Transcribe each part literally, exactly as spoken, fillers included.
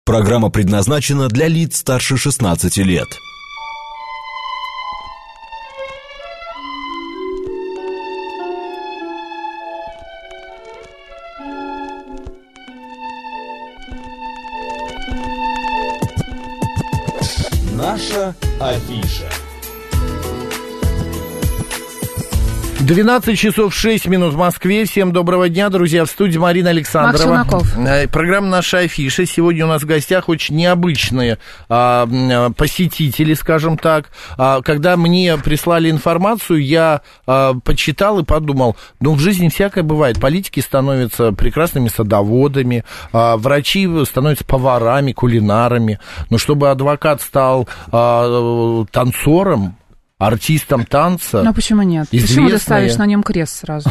Программа предназначена для лиц старше шестнадцати лет. Наша афиша. двенадцать часов шесть минут в Москве. Всем доброго дня, друзья. В студии Марина Александрова. Макс Челноков. Программа «Наша афиша». Сегодня у нас в гостях очень необычные а, посетители, скажем так. А, когда мне прислали информацию, я а, почитал и подумал, ну, в жизни всякое бывает. Политики становятся прекрасными садоводами, а, врачи становятся поварами, кулинарами. Но чтобы адвокат стал а, танцором, артистом танца. Ну, почему нет? Известная... Почему ты ставишь на нем крест сразу?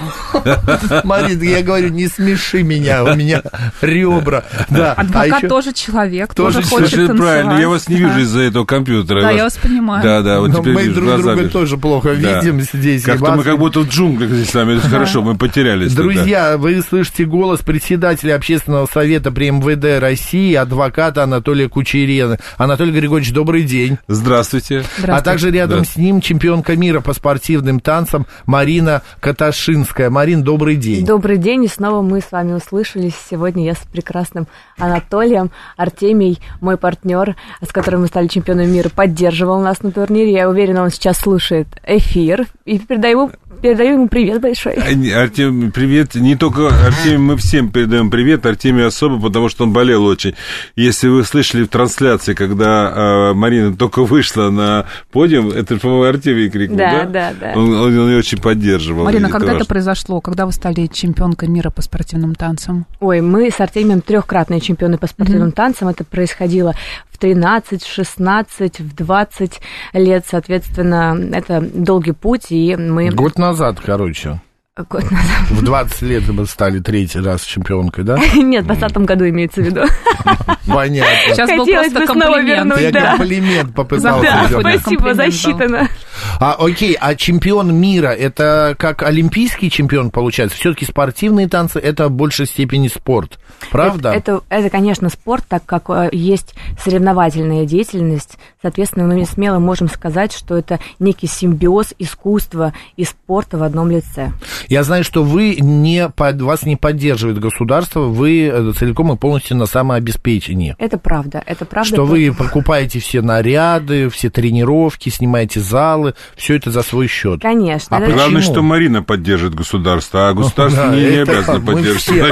Марин, я говорю, не смеши меня, у меня ребра. Да. Адвокат а тоже человек, тоже, тоже хочет танцевать. Правильно, я вас не вижу да. из-за этого компьютера. Да, вас... я вас понимаю. Да, да, вот теперь мы вижу, друг друга вижу. Тоже плохо да. видим здесь. Как-то мы как будто в джунглях здесь с вами. Это хорошо, мы потерялись. Друзья, тогда. Вы слышите голос председателя общественного совета при эм вэ дэ России, адвоката Анатолия Кучерена. Анатолий Григорьевич, добрый день. Здравствуйте. Здравствуйте. А также рядом с ним чемпионка мира по спортивным танцам Марина Каташинская. Марин, добрый день. Добрый день, и снова мы с вами услышались. Сегодня я с прекрасным Анатолием. Артемий, мой партнер, с которым мы стали чемпионами мира, поддерживал нас на турнире. Я уверена, он сейчас слушает эфир. И передаю, передаю ему привет большой. Артемий, привет. Не только Артемию, мы всем передаем привет. Артемию особо, потому что он болел очень. Если вы слышали в трансляции, когда э, Марина только вышла на подиум, это, по-моему, Артемий крикнул, да? Да, да, да. Он, он, он ее очень поддерживал. Марина, когда это произошло? Когда вы стали чемпионкой мира по спортивным танцам? Ой, мы с Артемием трехкратные чемпионы по спортивным mm-hmm. танцам. Это происходило в тринадцать, в шестнадцать, в двадцать лет, соответственно, это долгий путь, и мы... Год назад, короче. Год назад. В двадцать лет вы стали третий раз чемпионкой, да? Нет, в двадцатом году имеется в виду. Понятно. Сейчас был просто комплимент. Я комплимент попытался сделать. Спасибо, засчитано. А, окей, а чемпион мира, это как олимпийский чемпион получается? Все-таки спортивные танцы, это в большей степени спорт, правда? Это, это, это, конечно, спорт, так как есть соревновательная деятельность. Соответственно, мы смело можем сказать, что это некий симбиоз искусства и спорта в одном лице. Я знаю, что вы не, вас не поддерживает государство, вы целиком и полностью на самообеспечении. Это правда, это правда. Что вы покупаете все наряды, все тренировки, снимаете залы, все это за свой счет. Конечно. А это главное, почему? Что Марина поддерживает государство, а государство да, не, не обязано поддерживать.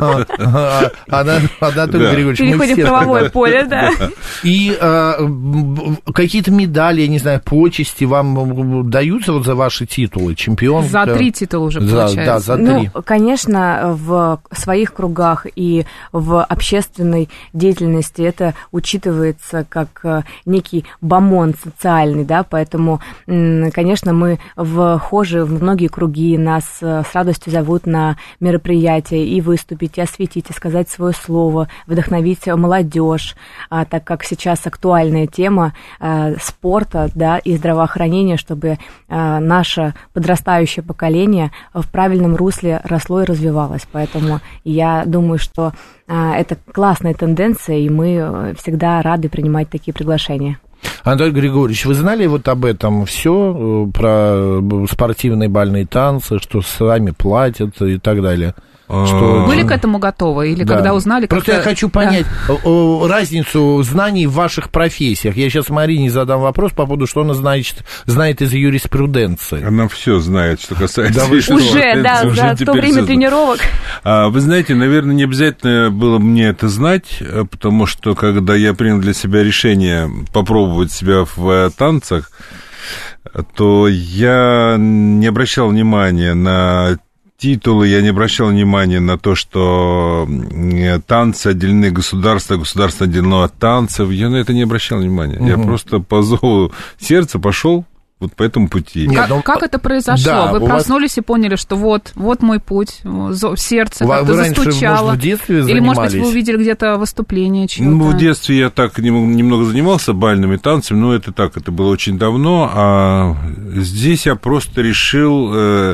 Анатолий Григорьевич, переходим в правовое поле, да. И какие-то медали, я не знаю, почести вам даются вот за ваши титулы, чемпион? За три титула уже получается. Да, за три. Ну, конечно, в своих кругах и в общественной деятельности это учитывается как некий бомонд социальный, да, поэтому, конечно, мы вхожи в многие круги, нас с радостью зовут на мероприятия и выступить, и осветить, и сказать свое слово, вдохновить молодежь, а, так как сейчас актуальная тема а, спорта, да, и здравоохранения, чтобы а, наше подрастающее поколение в правильном русле росло и развивалось. Поэтому я думаю, что а, это классная тенденция, и мы всегда рады принимать такие приглашения. Анатолий Григорьевич, вы знали вот об этом все, про спортивные бальные танцы, что сами платят и так далее? Что... Были к этому готовы? Или да. когда узнали... Просто как-то... я хочу понять да. разницу знаний в ваших профессиях. Я сейчас Марине задам вопрос по поводу, что она знает, знает из юриспруденции. Она все знает, что касается... Да, уже, да, за то время все... тренировок. А, вы знаете, наверное, не обязательно было мне это знать, потому что, когда я принял для себя решение попробовать себя в танцах, то я не обращал внимания на... титулы, я не обращал внимания на то, что танцы отделены государства, государство отделено от танцев. Я на это не обращал внимания. Угу. Я просто по зову сердца пошел вот по этому пути. Нет, как, ну, как это произошло? Да, вы проснулись вас... и поняли, что вот, вот мой путь, сердце как-то вы застучало. Раньше, может, в детстве Или, может быть, вы увидели где-то выступление чьё-то? Ну, в детстве я так немного занимался бальными танцами, но это так, это было очень давно, а здесь я просто решил...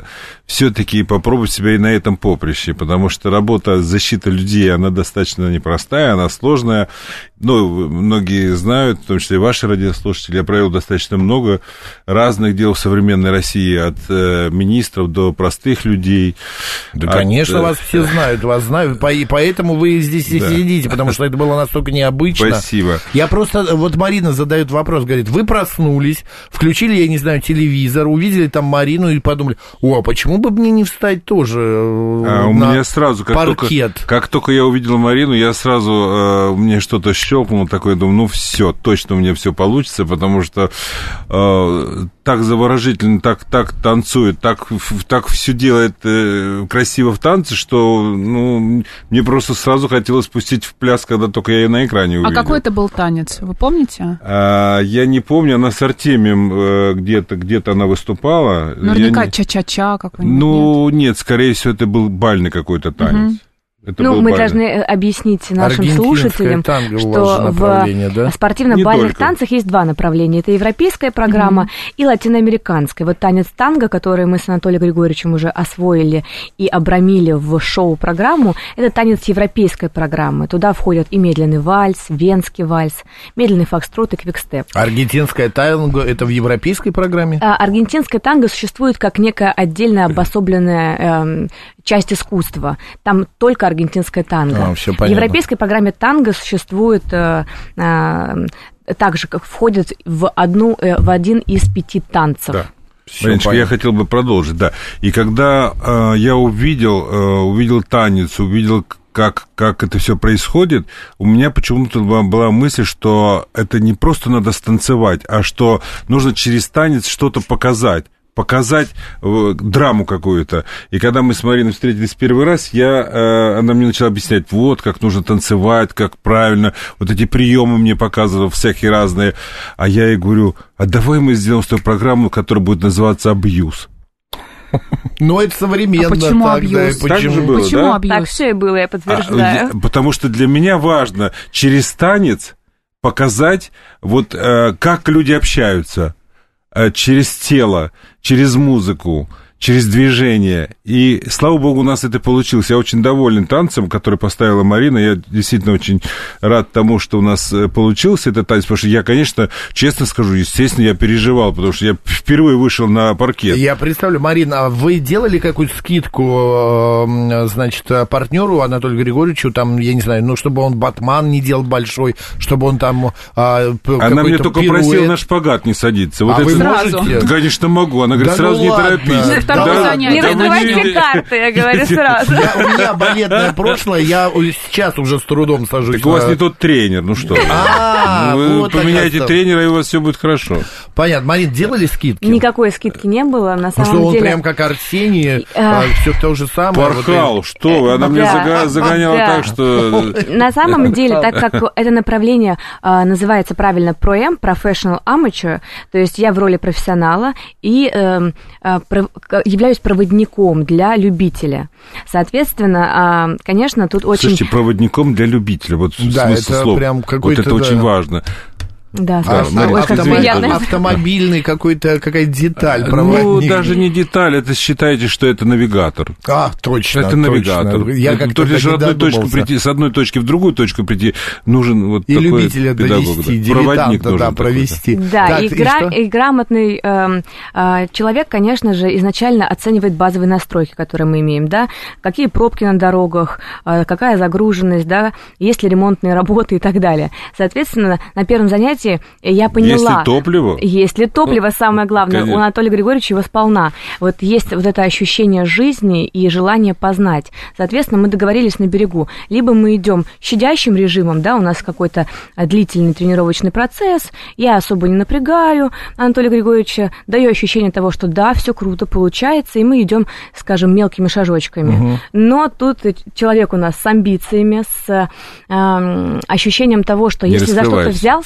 все-таки попробовать себя и на этом поприще, потому что работа защиты людей, она достаточно непростая, она сложная. Ну, многие знают, в том числе и ваши радиослушатели, я провел достаточно много разных дел в современной России, от э, министров до простых людей. Да, от, конечно, э, вас все знают, вас знают, и поэтому вы здесь и да. сидите, потому что это было настолько необычно. Спасибо. Я просто, вот Марина задает вопрос, говорит, вы проснулись, включили, я не знаю, телевизор, увидели там Марину и подумали, о, а почему бы мне не встать тоже а, на у меня сразу, как паркет? Только, как только я увидел Марину, я сразу, э, мне что-то щелкнул, такой, думаю, ну все, точно у меня все получится, потому что э, так заворожительно, так, так танцует, так, так все делает э, красиво в танце, что, ну, мне просто сразу хотелось спустить в пляс, когда только я ее на экране увидел. А какой это был танец, вы помните? А, я не помню, она с Артемием э, где-то, где-то она выступала. Наверняка я... ча-ча-ча какой-нибудь. Ну, нет? нет, скорее всего, это был бальный какой-то танец. Угу. Это ну, мы бальный. должны объяснить нашим слушателям, что в да? спортивно-бальных танцах есть два направления. Это европейская программа mm-hmm. и латиноамериканская. Вот танец танго, который мы с Анатолием Григорьевичем уже освоили и обрамили в шоу-программу, это танец европейской программы. Туда входят и медленный вальс, венский вальс, медленный фокстрот и квикстеп. Аргентинская танго – это в европейской программе? А, аргентинская танго существует как некая отдельная обособленная э, часть искусства. Там только аргентинская танго. А, в европейской программе танго существует э, э, так же, как входит в, одну, э, в один из пяти танцев. Да. Мариночка, я хотел бы продолжить, да. И когда э, я увидел, э, увидел танец, увидел, как, как это все происходит, у меня почему-то была мысль, что это не просто надо станцевать, а что нужно через танец что-то показать. показать э, драму какую-то. И когда мы с Мариной встретились в первый раз, я, э, она мне начала объяснять, вот, как нужно танцевать, как правильно, вот эти приемы мне показывала, всякие разные. А я ей говорю, а давай мы сделаем свою программу, которая будет называться «Абьюз». Ну, это современно. А почему абьюз? Да, почему? Так было, почему да? абьюз? Так все и было, я подтверждаю. А, потому что для меня важно через танец показать, вот, э, как люди общаются. Через тело, через музыку, через движение. И, слава богу, у нас это получилось. Я очень доволен танцем, который поставила Марина. Я действительно очень рад тому, что у нас получился этот танец. Потому что я, конечно, честно скажу, естественно, я переживал, потому что я впервые вышел на паркет. Я представлю, Марина, а вы делали какую-то скидку, значит, партнеру Анатолию Григорьевичу, там, я не знаю, ну, чтобы он батман не делал большой, чтобы он там... А, Она мне только пируэт. Просила на шпагат не садиться. Вот а это... вы можете? Конечно, могу. Она говорит, да сразу ну не торопись. Да, да, не да, раскрывайте карты, я говорю сразу. Я, у меня балетное прошлое, я сейчас уже с трудом сажусь. Так у вас не тот тренер, ну что? А, вы вот поменяйте тренера, и у вас все будет хорошо. Понятно. Марин, делали скидки? Никакой скидки не было, на самом ну, что он деле. прям как Арсений, а, все то же самое. Порхал, вот что вы, она да, мне зага- загоняла да. так, что... На самом деле, так как это направление а, называется правильно про-эм, Professional Amateur, то есть я в роли профессионала и э, э, про, являюсь проводником для любителя. Соответственно, конечно, тут очень... Слушайте, проводником для любителя, вот да, смысл это слов. Прям какой-то, вот это да. очень важно. Да, а, Марин, автомобильный, автомобильный какой-то, какая-то деталь, проводник. Ну, даже не деталь, это считайте, что это навигатор. А, точно, это точно. навигатор. Я как-то лишь одной точку прийти, с одной точки в другую точку прийти, нужен вот и такой любителя педагог. довести, Да. Проводник нужен да, провести. Да, так, и, и, гра- и грамотный э, э, человек, конечно же, изначально оценивает базовые настройки, которые мы имеем, да, какие пробки на дорогах, э, какая загруженность, да, есть ли ремонтные работы и так далее. Соответственно, на первом занятии я поняла... Если топливо? Если топливо, самое главное, конечно. У Анатолия Григорьевича его сполна. Вот есть вот это ощущение жизни и желание познать. Соответственно, мы договорились на берегу. Либо мы идем щадящим режимом, да, у нас какой-то длительный тренировочный процесс, я особо не напрягаю Анатолия Григорьевича, даю ощущение того, что да, все круто получается, и мы идем, скажем, мелкими шажочками. Угу. Но тут человек у нас с амбициями, с э, ощущением того, что не если за что-то взялся, то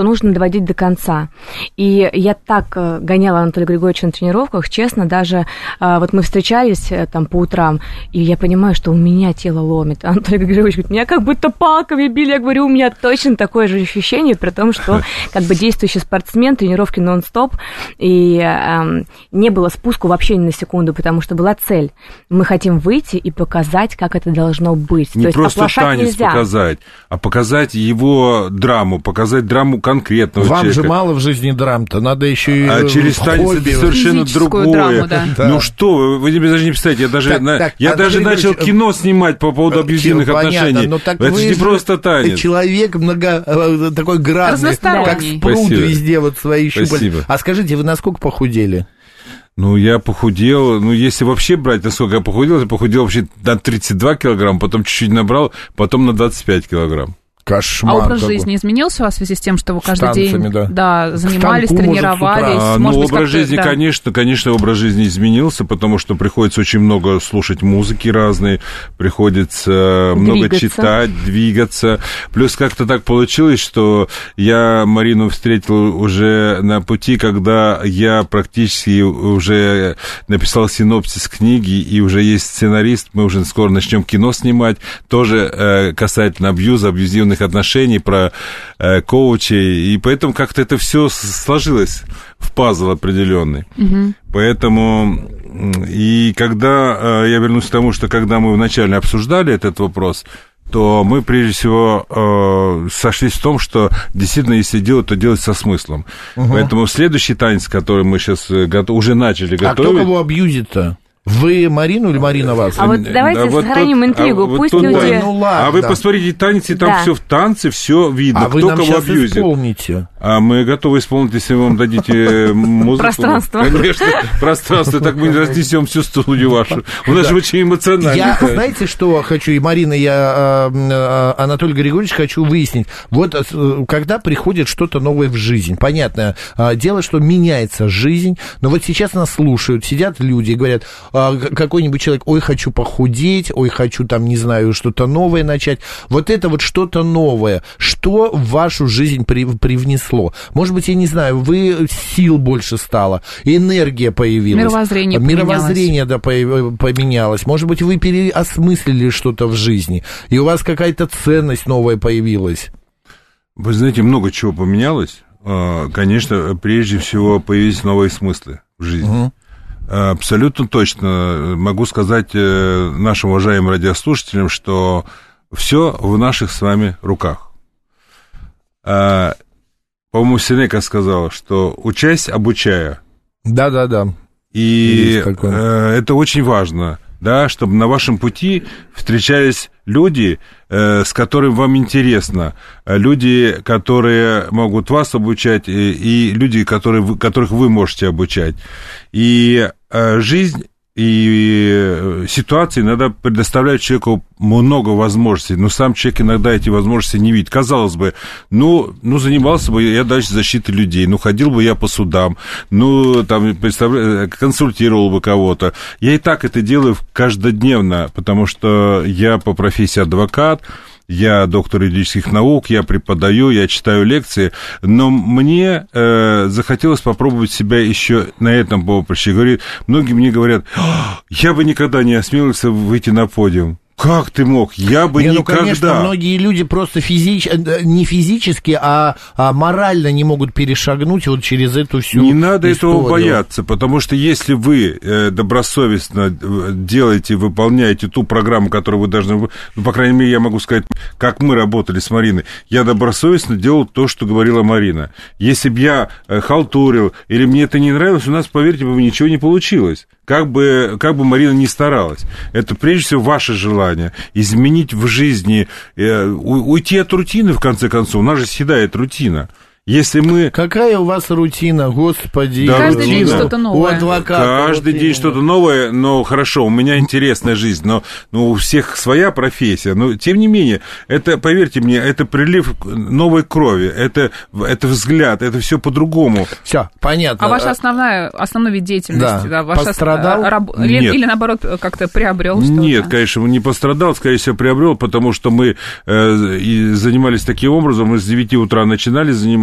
что нужно доводить до конца. И я так гоняла Анатолия Григорьевича на тренировках, честно, даже вот мы встречались там по утрам, и я понимаю, что у меня тело ломит. Анатолий Григорьевич говорит, меня как будто палками били. Я говорю, у меня точно такое же ощущение, при том, что как бы действующий спортсмен, тренировки нон-стоп, и э, не было спуску вообще ни на секунду, потому что была цель. Мы хотим выйти и показать, как это должно быть. Не То есть просто танец нельзя. показать, а показать его драму, показать драму конкретного Вам человека. же мало в жизни драм-то, надо еще и а через танец хобби. это совершенно другое. Драму, да. Да. Ну что вы, вы даже не представляете, я даже, Так, на, так, я даже Анатолий начал Григорьевич, кино снимать по поводу абьюзивных понятно, отношений. но так Это вы не же просто танец. Человек много, такой грязный, как Разносторонний. спрут Спасибо. везде вот свои щупальца. Спасибо. А скажите, вы насколько похудели? Ну, я похудел, ну, если вообще брать, насколько я похудел, я похудел вообще на тридцать два килограмма, потом чуть-чуть набрал, потом на двадцать пять килограмм. Кошмар. А образ какой. жизни изменился у вас в связи с тем, что вы каждый танцами, день да. Да, занимались, станку, может, с тренировались? утра. А, может ну, быть, образ как-то, жизни, да. конечно, конечно, образ жизни изменился, потому что приходится очень много слушать музыки разной, приходится много Двигаться. читать, двигаться. Плюс как-то так получилось, что я Марину встретил уже на пути, когда я практически уже написал синопсис книги, и уже есть сценарист, мы уже скоро начнем кино снимать, тоже э, касательно абьюза, абьюзивных отношений, про э, коучей, и поэтому как-то это все сложилось в пазл определенный. Угу. Поэтому, и когда, э, я вернусь к тому, что когда мы вначале обсуждали этот вопрос, то мы, прежде всего, э, сошлись в том, что действительно, если делать, то делать со смыслом. Угу. Поэтому следующий танец, который мы сейчас готов, уже начали готовить... А кто кого абьюзит-то? Вы Марину или Марина вас? А вот давайте а вот сохраним тут, интригу, а вот пусть тут, люди... Ой, ну ладно. А вы посмотрите танец, и там Да. все в танце, все видно, А вы кто нам кого сейчас абьюзит. исполните. А мы готовы исполнить, если вы вам дадите музыку. Пространство. Конечно, пространство. Так мы разнесем всю студию вашу. У нас же очень эмоционально. Я, знаете, что хочу, и Марина, я, э, Анатолий Григорьевич, хочу выяснить. Вот э, когда приходит что-то новое в жизнь, понятное э, дело, что меняется жизнь, но вот сейчас нас слушают, сидят люди и говорят, э, какой-нибудь человек, ой, хочу похудеть, ой, хочу там, не знаю, что-то новое начать. Вот это вот что-то новое, что в вашу жизнь при, привнесло? Может быть, я не знаю, вы сил больше стало, энергия появилась. Мировоззрение Мировоззрение, да, поменялось. Может быть, вы переосмыслили что-то в жизни, и у вас какая-то ценность новая появилась. Вы знаете, много чего поменялось. Конечно, прежде всего появились новые смыслы в жизни. Угу. Абсолютно точно могу сказать нашим уважаемым радиослушателям, что все в наших с вами руках. По-моему, Сенека сказал, что учась, обучая. Да-да-да. И это очень важно, да, чтобы на вашем пути встречались люди, с которыми вам интересно, люди, которые могут вас обучать, и люди, которые, которых вы можете обучать. И жизнь и ситуации иногда предоставляют человеку много возможностей, но сам человек иногда эти возможности не видит. Казалось бы, ну, ну занимался бы я дальше защитой людей, ну, ходил бы я по судам, ну, там, представляю, консультировал бы кого-то. Я и так это делаю каждодневно, потому что я по профессии адвокат, я доктор юридических наук, я преподаю, я читаю лекции, но мне э, захотелось попробовать себя еще на этом поприще. Говорит, многие мне говорят, я бы никогда не осмелился выйти на подиум. Как ты мог? Я бы не, никогда. Ну, конечно, многие люди просто физич... не физически, а, а морально не могут перешагнуть вот через эту всю Не надо историю. этого бояться, потому что если вы добросовестно делаете, выполняете ту программу, которую вы должны... Ну, по крайней мере, я могу сказать, как мы работали с Мариной. Я добросовестно делал то, что говорила Марина. Если бы я халтурил или мне это не нравилось, у нас, поверьте, бы ничего не получилось. Как бы, как бы Марина ни старалась. Это, прежде всего, ваше желание. Изменить в жизни, э, уйти от рутины, в конце концов. У нас же съедает рутина. Если мы... Какая у вас рутина, господи? Да, каждый рутина. день что-то новое. У адвоката Каждый вот день что-то новое, но хорошо, у меня интересная жизнь, но, но у всех своя профессия. Но, тем не менее, это, поверьте мне, это прилив новой крови, это, это взгляд, это все по-другому. Все, понятно. А ваша основная, основной вид деятельности? Да. Да, ваша Пострадал? Раб... Или, или, наоборот, как-то приобрел что-то? Нет, конечно, не пострадал, скорее всего, приобрел, потому что мы э, и занимались таким образом, мы с девяти утра начинали заниматься,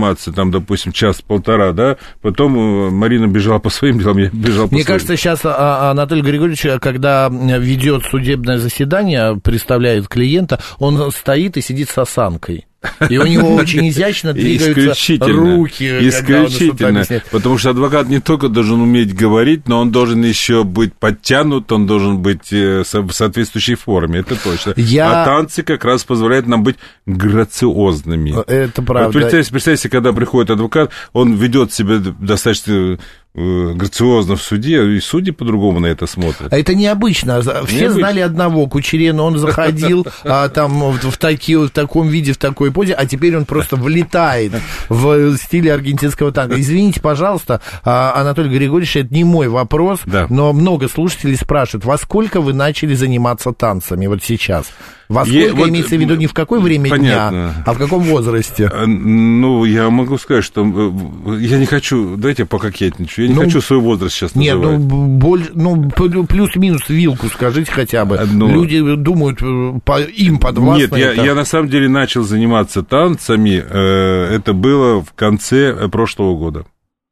заниматься, там, допустим, час-полтора, да, потом Марина бежала по своим делам, я бежал по Мне своим. кажется, сейчас Анатолий Григорьевич, когда ведет судебное заседание, представляет клиента, он стоит и сидит с осанкой. И у него очень изящно двигаются руки. Исключительно. Потому что адвокат не только должен уметь говорить, но он должен еще быть подтянут, он должен быть в соответствующей форме, это точно. Я... А танцы как раз позволяют нам быть грациозными. Это правда. Вот представьте, представьте, когда приходит адвокат, он ведет себя достаточно грациозно в суде, и судьи по-другому на это смотрят. А это необычно. Все необычно. Знали одного Кучерена, он заходил а, там в, таки, в таком виде, в такой позе, а теперь он просто влетает в стиле аргентинского танго. Извините, пожалуйста, Анатолий Григорьевич, это не мой вопрос, да. Но много слушателей спрашивают, во сколько вы начали заниматься танцами вот сейчас? Во сколько, я, вот, имеется в виду, не в какое время понятно. Дня, а в каком возрасте? Ну, я могу сказать, что я не хочу, дайте пококетничаю, я не ну, хочу свой возраст сейчас называть. Нет, ну, боль, ну плюс-минус вилку скажите хотя бы. Ну, люди думают, по, им подвластно. Нет, я, я на самом деле начал заниматься танцами, это было в конце прошлого года.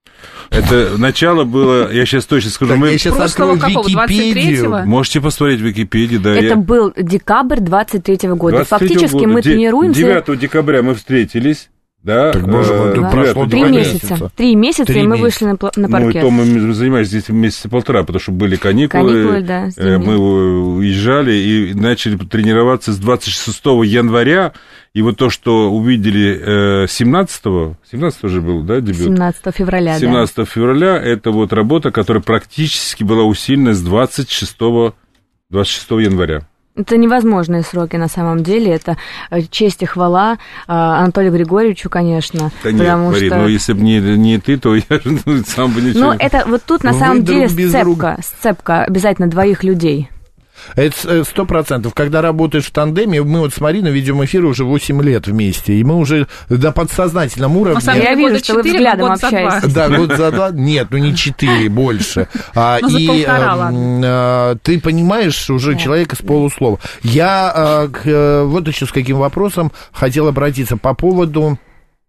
Это начало было, я сейчас точно скажу. Так, мы... Я сейчас открою Википедию. Можете посмотреть в Википедии, да. Это я... был декабрь двадцать третьего года. Фактически года. мы Де- тренируемся. девятого декабря мы встретились. Да, так, боже мой, да. прошло Три месяца. месяца. Три месяца, Три и мы месяца. вышли на, на паркет. Ну, и то мы занимались здесь месяца полтора, потому что были каникулы. Каникулы, да. Мы уезжали и начали тренироваться с двадцать шестого января. И вот то, что увидели семнадцатого, семнадцатого же был, да, дебют? семнадцатого февраля, семнадцатого да. февраля, это вот работа, которая практически была усилена с двадцать шестого января. Это невозможные сроки на самом деле, это честь и хвала Анатолию Григорьевичу, конечно. Да нет, Марин, что... ну если бы не, не ты, то я ну, сам бы ничего... Ну, это вот тут на Вы самом деле сцепка, сцепка обязательно двоих людей. Это сто процентов. Когда работаешь в тандеме, мы вот с Мариной ведем эфиры уже восемь лет вместе, и мы уже на подсознательном уровне... А я вижу, что вы взглядом общаетесь. Да, год за два. Нет, ну не четыре, больше. А, ну, и а, ты понимаешь уже да. человека с полуслова. Я а, к, вот еще с каким вопросом хотел обратиться по поводу...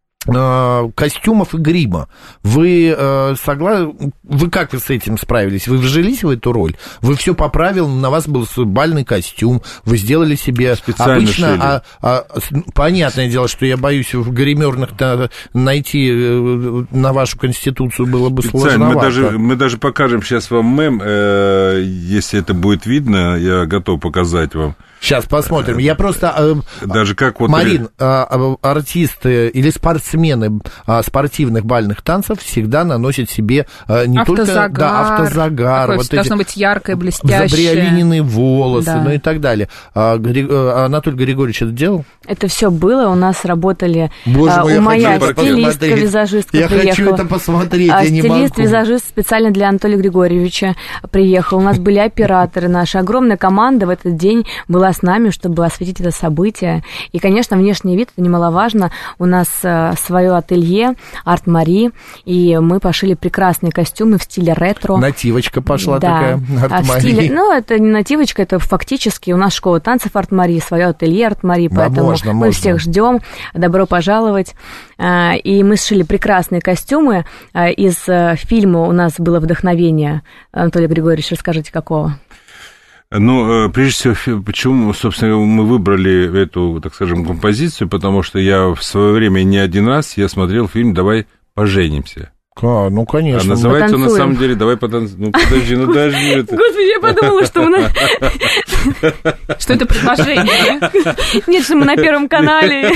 костюмов и грима. Вы э, согласны? Вы как вы с этим справились? Вы вжились в эту роль? Вы все поправили, на вас был бальный костюм, вы сделали себе обычно. А, а, понятное дело, что я боюсь в гримерных найти на вашу конституцию было бы сложновато. Мы даже, мы даже покажем сейчас вам мем, э, если это будет видно, я готов показать вам. Сейчас посмотрим. Я просто... Даже как вот... Марин, артисты или спортсмены спортивных бальных танцев всегда наносят себе не автозагар, только... Да, автозагар. Такое вот должно эти, быть яркое, блестящее. Забриолиненные волосы, да. ну и так далее. Анатолий Григорьевич это делал? Это все было. У нас работали... Боже мой, у моя стилистка, визажистка я приехала. Я хочу это посмотреть, а я не стилист, могу. визажист специально для Анатолия Григорьевича приехал. У нас были операторы наши. Огромная команда в этот день была с нами, чтобы осветить это событие. И, конечно, внешний вид, это немаловажно. У нас свое ателье Арт Мари, и мы пошили прекрасные костюмы в стиле ретро. Нативочка пошла да. такая, Арт Мари. Стиле, ну, это не нативочка, это фактически у нас школа танцев Арт Мари, свое ателье Арт Мари, поэтому а можно, мы можно. всех ждем. Добро пожаловать. И мы сшили прекрасные костюмы. Из фильма у нас было вдохновение. Анатолий Григорьевич, расскажите, какого? Ну, прежде всего, почему, собственно, мы выбрали эту, так скажем, композицию, потому что я в свое время не один раз я смотрел фильм «Давай поженимся». А, ну, конечно. А называется он, на самом деле «Давай потанцуем». Ну, подожди, ну, подожди. Господи, я подумала, что у нас... Что это предложение? Нет, что мы на Первом канале.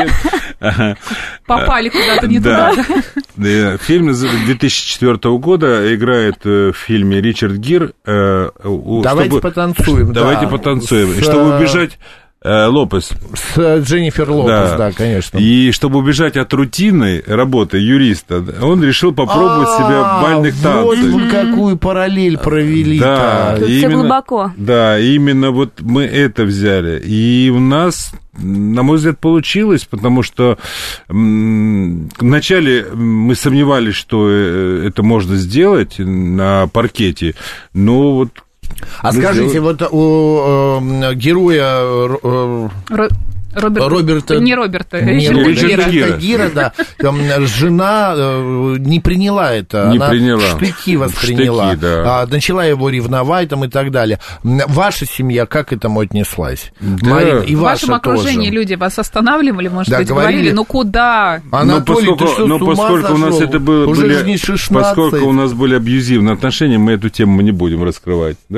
Попали куда-то не туда. Фильм две тысячи четвёртого года играет в фильме Ричард Гир. Давайте потанцуем. Давайте потанцуем. Чтобы убежать... Лопес. С Дженнифер Лопес, да. да, конечно. И чтобы убежать от рутинной работы юриста, он решил попробовать А-а-а, себя в бальных танцах. Вот вы какую параллель провели. Да, тут все глубоко. Да, именно вот мы это взяли. И у нас, на мой взгляд, получилось, потому что вначале мы сомневались, что это можно сделать на паркете, но вот... А ну, скажите, сделать... вот у э, героя... Э, Ро... Роберта, Роберта... Не Роберта, не Ричарда, Ричарда Гира. Гира, да. Там жена э, не приняла это. Не Она приняла. штыки восприняла. Штыки, да. а, начала его ревновать там, и так далее. Ваша семья как к этому отнеслась? Да. Марин, и В ваша вашем окружении тоже. люди вас останавливали, может Да, быть, говорили. говорили, ну куда? Анатолий, но поскольку, ты что, но с ума поскольку у нас сошел? это было, Уже были, же не шестнадцать. поскольку у нас были абьюзивные отношения, мы эту тему не будем раскрывать, да?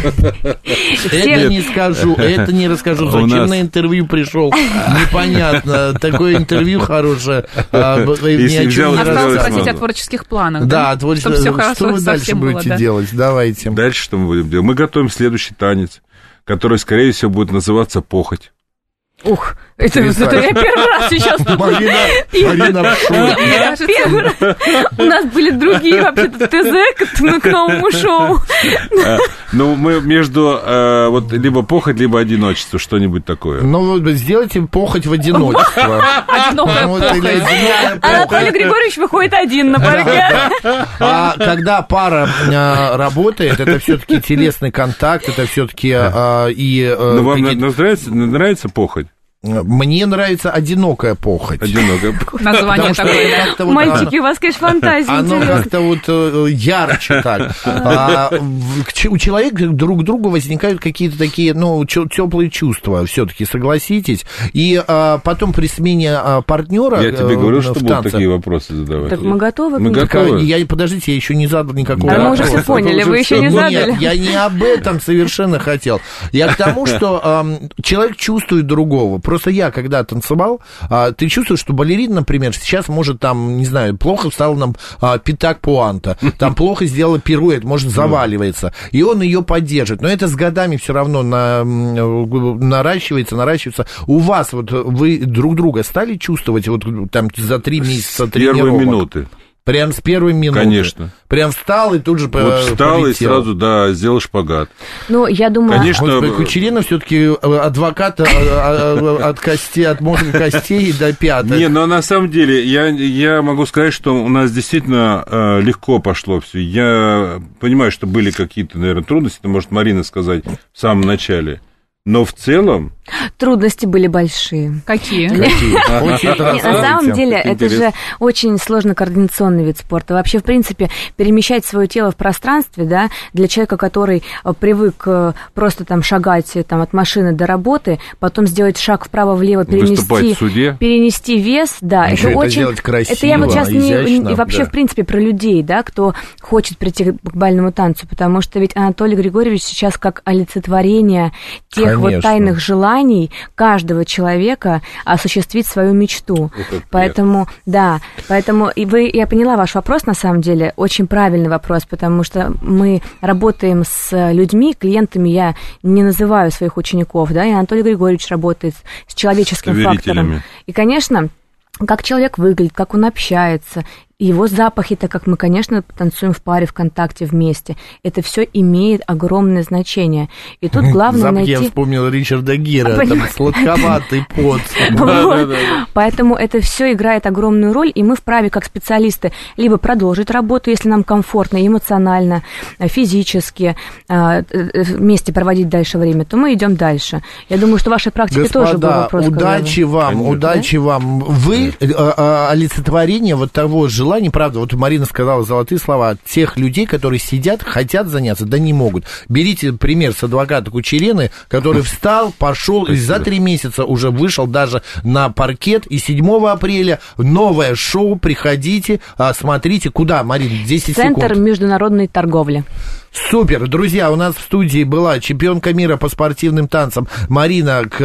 Это не скажу, это не расскажу. У Зачем нас- на интервью пришел? Непонятно. Такое интервью хорошее. а, ни Если о чем взял, не это Осталось сделать рассказывает. спросить надо. о творческих планах, Да, да? творчество. Чтобы все Что хорошо вы дальше совсем было, будете да. делать? Давайте. Дальше что мы будем делать? Мы готовим следующий танец, который, скорее всего, будет называться «Похоть». Ух, это, это я первый раз сейчас тут. Марина, Марина в шоке. Я первый раз. У нас были другие вообще-то ТЗ к, ну, к новому шоу. А, Ну, мы между э, вот либо похоть, либо одиночество, что-нибудь такое. Ну, вот сделайте похоть в одиночество. Одинокая Ну, вот или похоть. одинокая Анатолий похоть. Григорьевич выходит один на паркет. А когда пара а, работает, это все-таки телесный контакт, это все-таки а, и... а, Но вам какие-то- на- нравится, нравится похоть? Мне нравится одинокая похоть. Одинокая. Название Потому что такое, да. как-то вот Мальчики, у вас, конечно, фантазия Оно интересная. как-то вот э, ярче так. А, в- к че- у человека друг к другу возникают какие-то такие, ну, теплые чувства, все-таки, согласитесь. И а, потом при смене а, партнера. Я тебе э, говорю, в что будут танце- такие вопросы задавать. Так мы готовы к Мы ним? Так, а, готовы. я, подождите, я еще не задал никакого А мы уже вопроса. все поняли, вы еще не Нет, задали? я не об этом совершенно хотел. Я к тому, что эм, человек чувствует другого. Просто я, когда танцевал, а, ты чувствуешь, что балерина, например, сейчас может там, не знаю, плохо встал нам а, пятак пуанта, там плохо сделала пируэт, может, заваливается, и он ее поддержит. Но это с годами все равно на, м, наращивается, наращивается. У вас вот вы друг друга стали чувствовать вот там за три месяца С первой тренировок? минуты. Прям с первой минуты. Конечно. Прям встал и тут же Вот по- встал и полетел. сразу, да, сделал шпагат. Ну, я думаю... Конечно. Господи, Кучерина все-таки адвокат э, э, от костей, от мозга костей до пяток. Не, но на самом деле я, я могу сказать, что у нас действительно э, легко пошло все. Я понимаю, что были какие-то, наверное, трудности, это может Марина сказать в самом начале. Но в целом... Трудности были большие. Какие? Очень Нет, на самом рассказывайте. деле, Это это же интересно. очень сложно координационный вид спорта. Вообще, в принципе, перемещать свое тело в пространстве, да, для человека, который э, привык э, просто там шагать э, там, от машины до работы, потом сделать шаг вправо-влево, Выступать перенести, в суде. перенести вес, да, Еще это это очень... сделать красиво, это я вот сейчас не, изящно, и вообще, да. в принципе, про людей, да, кто хочет прийти к бальному танцу, потому что ведь Анатолий Григорьевич сейчас как олицетворение тех вот Конечно. тайных желаний каждого человека осуществить свою мечту. приятно. Поэтому, да, поэтому и вы, я поняла ваш вопрос, на самом деле, очень правильный вопрос, потому что мы работаем с людьми, клиентами я не называю своих учеников, да, и Анатолий Григорьевич работает с человеческим С фактором. доверителями. И, конечно, как человек выглядит, как он общается, его запахи, так как мы, конечно, танцуем в паре, в контакте вместе, это все имеет огромное значение. И тут главное Запах найти... я вспомнил Ричарда Гира, там Понимаете? сладковатый пот. Вот. Поэтому это все играет огромную роль, и мы вправе, как специалисты, либо продолжить работу, если нам комфортно, эмоционально, физически, а, э, вместе проводить дальше время, то мы идем дальше. Я думаю, что в вашей практике тоже был Господа, вопрос. удачи вам, Конечно. удачи вам. Вы э, э, олицетворение вот того желания, правда, вот Марина сказала золотые слова, тех людей, которые сидят, хотят заняться, да не могут. Берите пример с адвоката Кучерины, который встал, пошел и за три месяца уже вышел даже на паркет, и седьмого апреля новое шоу, приходите, а, смотрите, куда, Марина, десять Центр секунд. международной торговли. Супер, друзья, у нас в студии была чемпионка мира по спортивным танцам Марина К...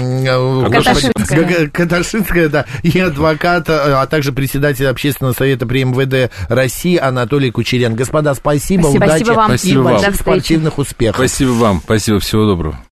э, Каташинская. Г- Каташинская, да, и адвокат, э, а также председатель общественного совета при эм вэ дэ России Анатолий Кучерен. Господа, спасибо, Спасибо. удачи Спасибо вам. и Спасибо вам. больших До встречи. спортивных успехов. Спасибо вам. Спасибо. Всего доброго.